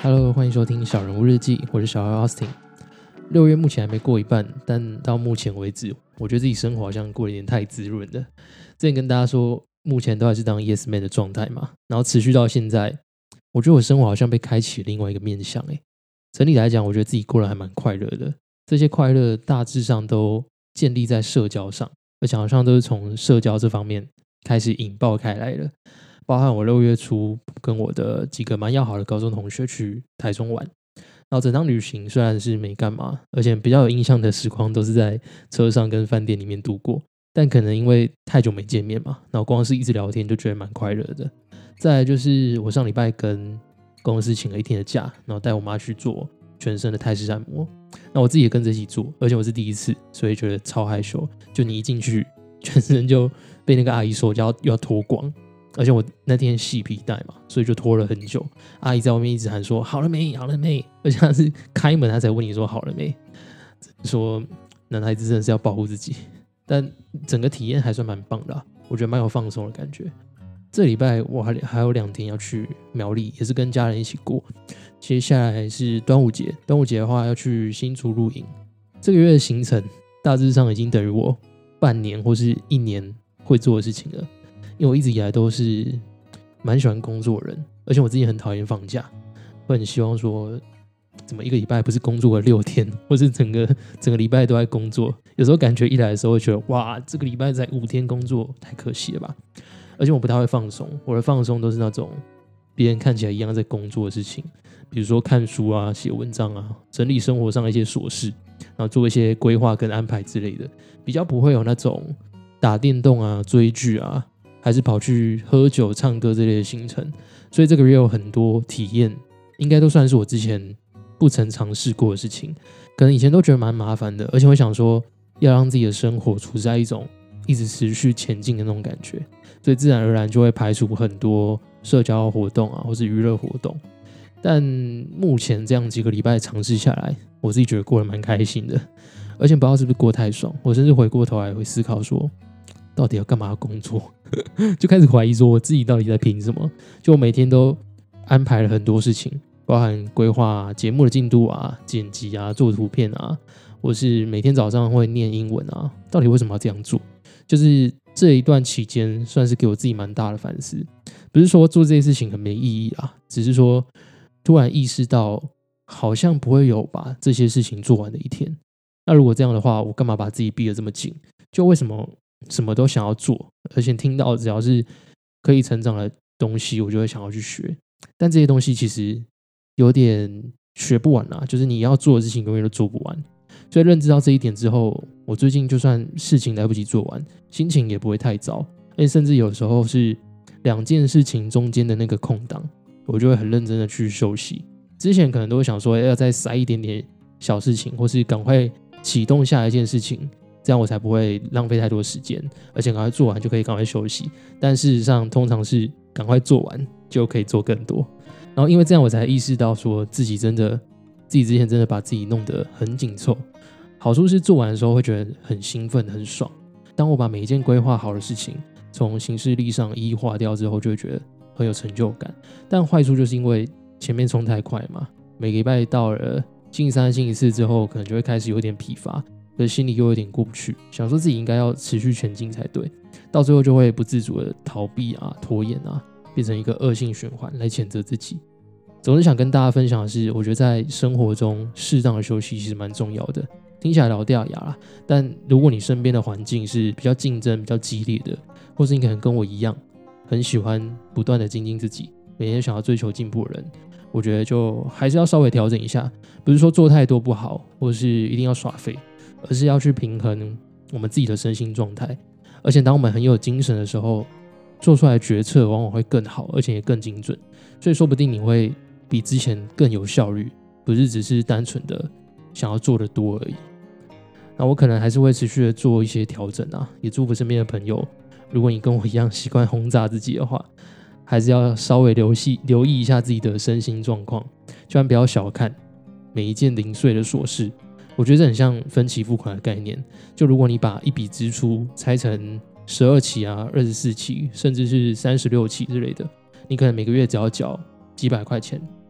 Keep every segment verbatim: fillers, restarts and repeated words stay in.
Hello， 欢迎收听小人物日记，我是小姚 Austin。六月目前还没过一半，但到目前为止，我觉得自己生活好像过得有点太滋润了。之前跟大家说，目前都还是当 Yes Man 的状态嘛，然后持续到现在，我觉得我生活好像被开启了另外一个面向。诶，整体来讲，我觉得自己过得还蛮快乐的。这些快乐大致上都建立在社交上，而且好像都是从社交这方面开始引爆开来的。包含我六月初跟我的几个蛮要好的高中同学去台中玩，然后整趟旅行虽然是没干嘛，而且比较有印象的时光都是在车上跟饭店里面度过，但可能因为太久没见面嘛，然后光是一直聊天就觉得蛮快乐的。再来就是我上礼拜跟公司请了一天的假，然后带我妈去做全身的泰式按摩，那我自己也跟着一起做，而且我是第一次，所以觉得超害羞，就你一进去全身就被那个阿姨说要要脱光，而且我那天系皮带嘛，所以就拖了很久。阿姨在外面一直喊说好了没好了没，而且她是开门她才问你说好了没，说男孩子真的是要保护自己。但整个体验还算蛮棒的、啊、我觉得蛮有放松的感觉。这礼拜我 还, 还有两天要去苗栗，也是跟家人一起过。接下来是端午节，端午节的话要去新竹露营。这个月的行程大致上已经等于我半年或是一年会做的事情了。因为我一直以来都是蛮喜欢工作的人，而且我自己很讨厌放假，会很希望说怎么一个礼拜不是工作了六天，或是整个整个礼拜都在工作。有时候感觉一来的时候会觉得哇，这个礼拜才五天工作太可惜了吧。而且我不太会放松，我的放松都是那种别人看起来一样在工作的事情，比如说看书啊、写文章啊、整理生活上的一些琐事，然后做一些规划跟安排之类的，比较不会有那种打电动啊、追剧啊，还是跑去喝酒唱歌这类的行程。所以这个月有很多体验，应该都算是我之前不曾尝试过的事情，可能以前都觉得蛮麻烦的，而且我想说要让自己的生活处在一种一直持续前进的那种感觉，所以自然而然就会排除很多社交活动啊，或是娱乐活动。但目前这样几个礼拜尝试下来，我自己觉得过得蛮开心的，而且不知道是不是过太爽，我甚至回过头来会思考说到底要干嘛要工作就开始怀疑说我自己到底在拼什么。就我每天都安排了很多事情，包含规划节目的进度啊、剪辑啊、做图片啊，或是每天早上会念英文啊，到底为什么要这样做？就是这一段期间算是给我自己蛮大的反思。不是说做这些事情很没意义啊，只是说突然意识到好像不会有把这些事情做完的一天。那如果这样的话，我干嘛把自己逼得这么紧？就为什么什么都想要做，而且听到只要是可以成长的东西我就会想要去学，但这些东西其实有点学不完啊，就是你要做的事情永远都做不完。所以认知到这一点之后，我最近就算事情来不及做完，心情也不会太糟，而且甚至有时候是两件事情中间的那个空档，我就会很认真的去休息。之前可能都会想说要再塞一点点小事情，或是赶快启动下一件事情，这样我才不会浪费太多时间，而且赶快做完就可以赶快休息。但事实上通常是赶快做完就可以做更多，然后因为这样我才意识到说自己真的自己之前真的把自己弄得很紧凑。好处是做完的时候会觉得很兴奋很爽，当我把每一件规划好的事情从行事历上一一划掉之后，就会觉得很有成就感。但坏处就是因为前面冲太快嘛，每个礼拜到了星期三星期四之后可能就会开始有点疲乏，可是心里又有点过不去，想说自己应该要持续前进才对，到最后就会不自主的逃避啊、拖延啊，变成一个恶性循环来谴责自己。总是想跟大家分享的是，我觉得在生活中适当的休息其实蛮重要的。听起来老掉牙啦，但如果你身边的环境是比较竞争、比较激烈的，或是你可能跟我一样很喜欢不断的精进自己，每天想要追求进步的人，我觉得就还是要稍微调整一下，不是说做太多不好，或是一定要耍废，而是要去平衡我们自己的身心状态。而且当我们很有精神的时候，做出来的决策往往会更好，而且也更精准，所以说不定你会比之前更有效率，不是只是单纯的想要做的多而已。那我可能还是会持续的做一些调整啊，也祝福身边的朋友，如果你跟我一样习惯轰炸自己的话，还是要稍微留意留意一下自己的身心状况，千万不要小看每一件零碎的琐事。我觉得这很像分期付款的概念，就如果你把一笔支出拆成十二期啊、二十四期，甚至是三十六期之类的，你可能每个月只要缴几百块钱，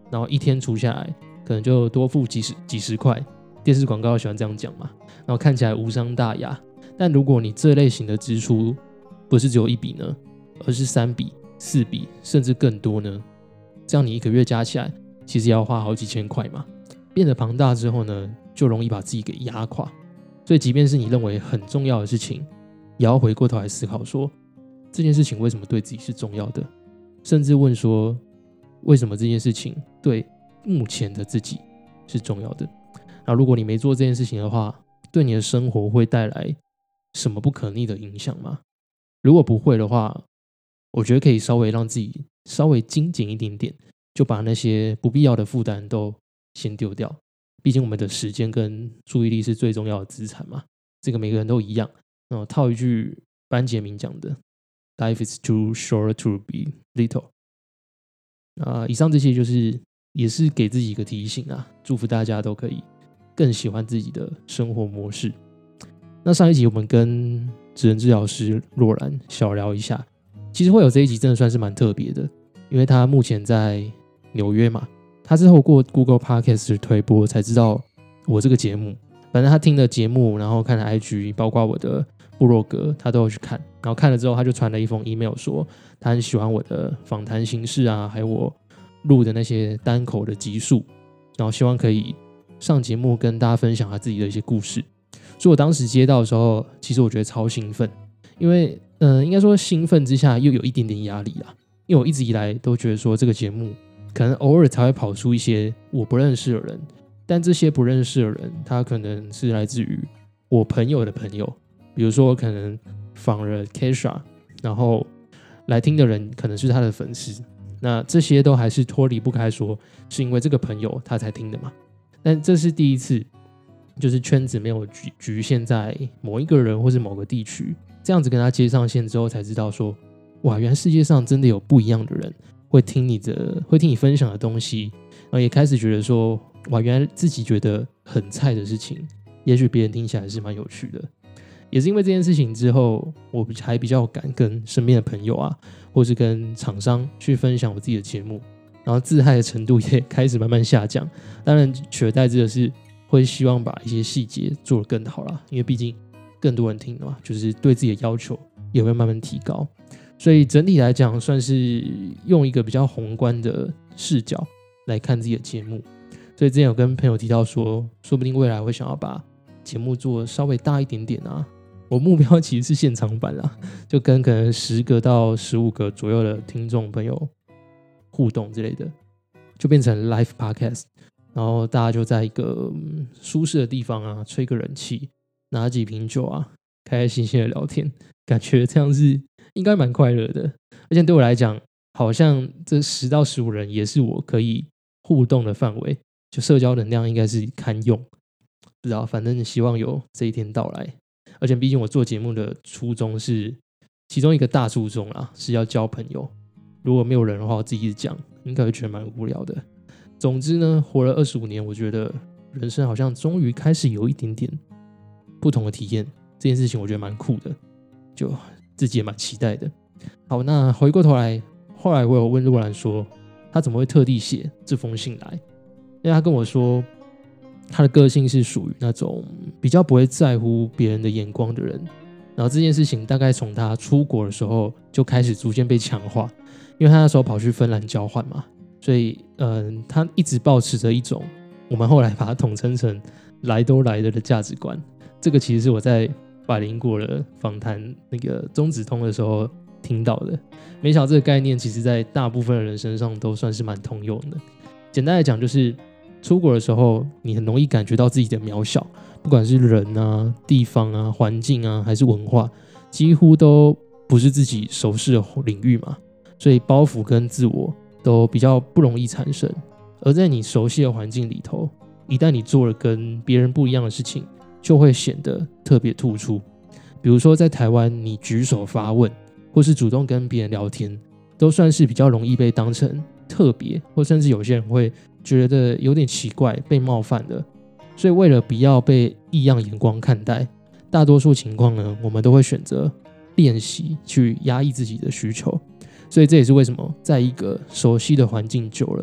然后一天除下来可能就多付几十几十块，电视广告喜欢这样讲嘛，然后看起来无伤大雅。但如果你这类型的支出不是只有一笔呢，而是三笔、四笔，甚至更多呢，这样你一个月加起来其实也要花好几千块嘛，变得庞大之后呢，就容易把自己给压垮。所以即便是你认为很重要的事情，也要回过头来思考说，这件事情为什么对自己是重要的，甚至问说，为什么这件事情对目前的自己是重要的。那如果你没做这件事情的话，对你的生活会带来什么不可逆的影响吗？如果不会的话，我觉得可以稍微让自己稍微精简一点点，就把那些不必要的负担都先丢掉。毕竟我们的时间跟注意力是最重要的资产嘛，这个每个人都一样。嗯、套一句班杰明讲的 Life is too short to be little。啊，以上这些就是也是给自己一个提醒啊，祝福大家都可以更喜欢自己的生活模式。那上一集我们跟职能治疗师若兰小聊一下，其实会有这一集真的算是蛮特别的，因为他目前在纽约嘛，他是透过 Google Podcast 的推播才知道我这个节目。反正他听了节目，然后看了 I G， 包括我的部落格，他都有去看。然后看了之后，他就传了一封 email 说，他很喜欢我的访谈形式啊，还有我录的那些单口的集数，然后希望可以上节目跟大家分享他自己的一些故事。所以我当时接到的时候，其实我觉得超兴奋，因为嗯、呃，应该说兴奋之下又有一点点压力啦。因为我一直以来都觉得说，这个节目可能偶尔才会跑出一些我不认识的人，但这些不认识的人，他可能是来自于我朋友的朋友，比如说可能访了 Kesha， 然后来听的人可能是他的粉丝，那这些都还是脱离不开说是因为这个朋友他才听的嘛。但这是第一次，就是圈子没有局局限在某一个人或是某个地区，这样子跟他接上线之后，才知道说，哇，原来世界上真的有不一样的人会听你的，会听你分享的东西，然后也开始觉得说，哇，原来自己觉得很菜的事情，也许别人听起来是蛮有趣的。也是因为这件事情之后，我还比较敢跟身边的朋友啊，或是跟厂商去分享我自己的节目，然后自嗨的程度也开始慢慢下降。当然，取而代之的是会希望把一些细节做得更好啦，因为毕竟更多人听了嘛，就是对自己的要求也会慢慢提高。所以整体来讲，算是用一个比较宏观的视角来看自己的节目。所以之前有跟朋友提到说，说不定未来会想要把节目做稍微大一点点啊。我目标其实是现场版啦，就跟可能十个到十五个左右的听众朋友互动之类的，就变成 live podcast， 然后大家就在一个、嗯、舒适的地方啊，吹个冷气，拿几瓶酒啊，开开心心的聊天，感觉这样是应该蛮快乐的。而且对我来讲，好像这十到十五人也是我可以互动的范围，就社交能量应该是堪用。不知道，反正希望有这一天到来。而且毕竟我做节目的初衷是其中一个大初衷啦，是要交朋友。如果没有人的话，我自己一直讲，应该会觉得蛮无聊的。总之呢，活了二十五年，我觉得人生好像终于开始有一点点不同的体验，这件事情我觉得蛮酷的，就自己也蛮期待的。好，那回过头来，后来我有问若兰说，他怎么会特地写这封信来？因为他跟我说，他的个性是属于那种比较不会在乎别人的眼光的人，然后这件事情大概从他出国的时候就开始逐渐被强化，因为他那时候跑去芬兰交换嘛，所以、呃、他一直抱持着一种我们后来把它统称成来都来了的价值观。这个其实是我在百灵果的访谈那个中指通的时候听到的，没想到这个概念其实在大部分的人身上都算是蛮通用的。简单来讲，就是出国的时候，你很容易感觉到自己的渺小，不管是人啊、地方啊、环境啊，还是文化，几乎都不是自己熟悉的领域嘛，所以包袱跟自我都比较不容易产生。而在你熟悉的环境里头，一旦你做了跟别人不一样的事情，就会显得特别突出。比如说在台湾，你举手发问，或是主动跟别人聊天，都算是比较容易被当成特别，或甚至有些人会觉得有点奇怪，被冒犯的。所以为了不要被异样眼光看待，大多数情况呢，我们都会选择练习去压抑自己的需求。所以这也是为什么在一个熟悉的环境久了，我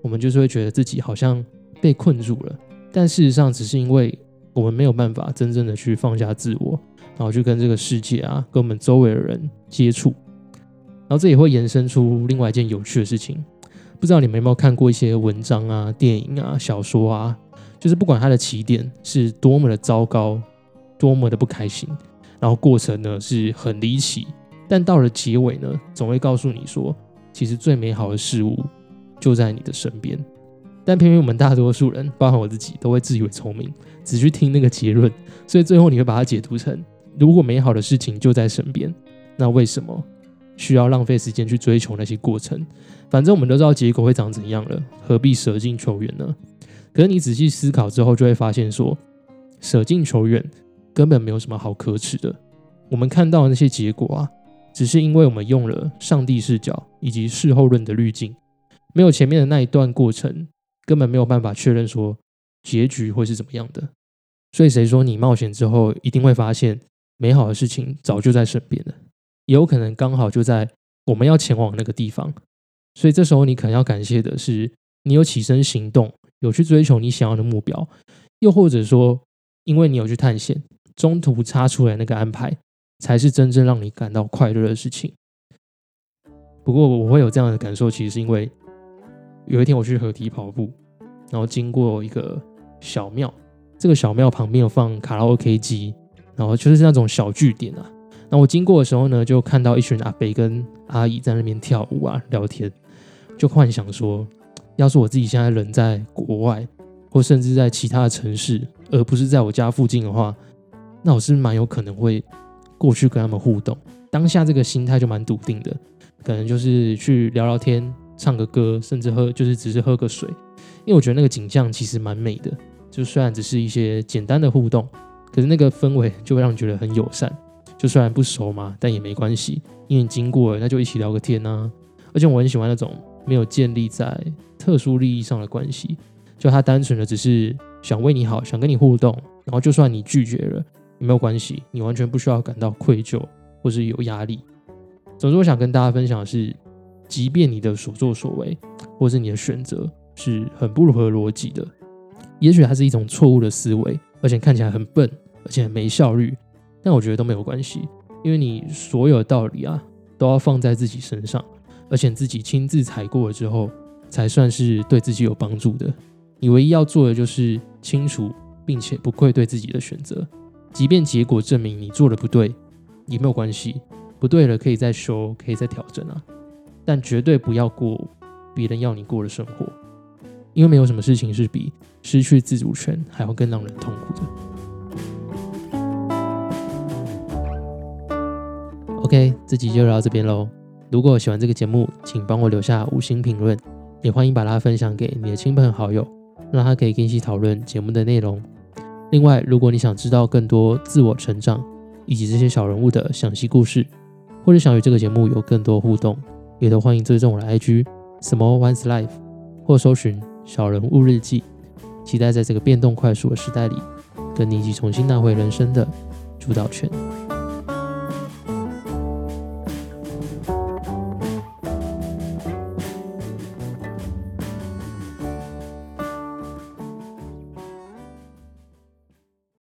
我们就是会觉得自己好像被困住了，但事实上只是因为我们没有办法真正的去放下自我，然后去跟这个世界啊，跟我们周围的人接触。然后这也会延伸出另外一件有趣的事情，不知道你们有没有看过一些文章啊、电影啊、小说啊，就是不管它的起点是多么的糟糕，多么的不开心，然后过程呢是很离奇，但到了结尾呢，总会告诉你说，其实最美好的事物就在你的身边。但偏偏我们大多数人，包含我自己，都会自以为聪明，只去听那个结论，所以最后你会把它解读成，如果美好的事情就在身边，那为什么需要浪费时间去追求那些过程？反正我们都知道结果会长怎样了，何必舍近求远呢？可是你仔细思考之后，就会发现说，舍近求远根本没有什么好可耻的。我们看到的那些结果啊，只是因为我们用了上帝视角以及事后论的滤镜，没有前面的那一段过程，根本没有办法确认说结局会是怎么样的。所以谁说你冒险之后一定会发现美好的事情早就在身边了？也有可能刚好就在我们要前往那个地方。所以这时候你可能要感谢的是，你有起身行动，有去追求你想要的目标，又或者说因为你有去探险，中途插出来那个安排才是真正让你感到快乐的事情。不过我会有这样的感受，其实是因为有一天我去河堤跑步，然后经过一个小庙，这个小庙旁边有放卡拉 OK 机，然后就是那种小据点啊。那我经过的时候呢，就看到一群阿伯跟阿姨在那边跳舞啊、聊天，就幻想说，要是我自己现在人在国外，或甚至在其他的城市，而不是在我家附近的话，那我是蛮有可能会过去跟他们互动。当下这个心态就蛮笃定的，可能就是去聊聊天、唱个歌，甚至喝就是只是喝个水。因为我觉得那个景象其实蛮美的，就虽然只是一些简单的互动，可是那个氛围就会让你觉得很友善。就虽然不熟嘛，但也没关系，因为你经过了，那就一起聊个天啊。而且我很喜欢那种没有建立在特殊利益上的关系，就他单纯的只是想为你好，想跟你互动，然后就算你拒绝了也没有关系，你完全不需要感到愧疚或是有压力。总之我想跟大家分享的是，即便你的所作所为或是你的选择是很不合逻辑的，也许它是一种错误的思维，而且看起来很笨，而且很没效率，但我觉得都没有关系，因为你所有的道理啊都要放在自己身上，而且自己亲自踩过了之后才算是对自己有帮助的。你唯一要做的就是清楚并且不愧对自己的选择，即便结果证明你做的不对也没有关系，不对了可以再修，可以再调整啊，但绝对不要过别人要你过的生活，因为没有什么事情是比失去自主权还要更让人痛苦的。OK， 这集就聊到这边咯。如果喜欢这个节目，请帮我留下五星评论，也欢迎把它分享给你的亲朋好友，让他可以跟一起讨论节目的内容。另外，如果你想知道更多自我成长以及这些小人物的详细故事，或者想与这个节目有更多互动，也都欢迎追踪我的 I G Small One's Life 或搜寻小人物日记。期待在这个变动快速的时代里，跟你一起重新拿回人生的主导权。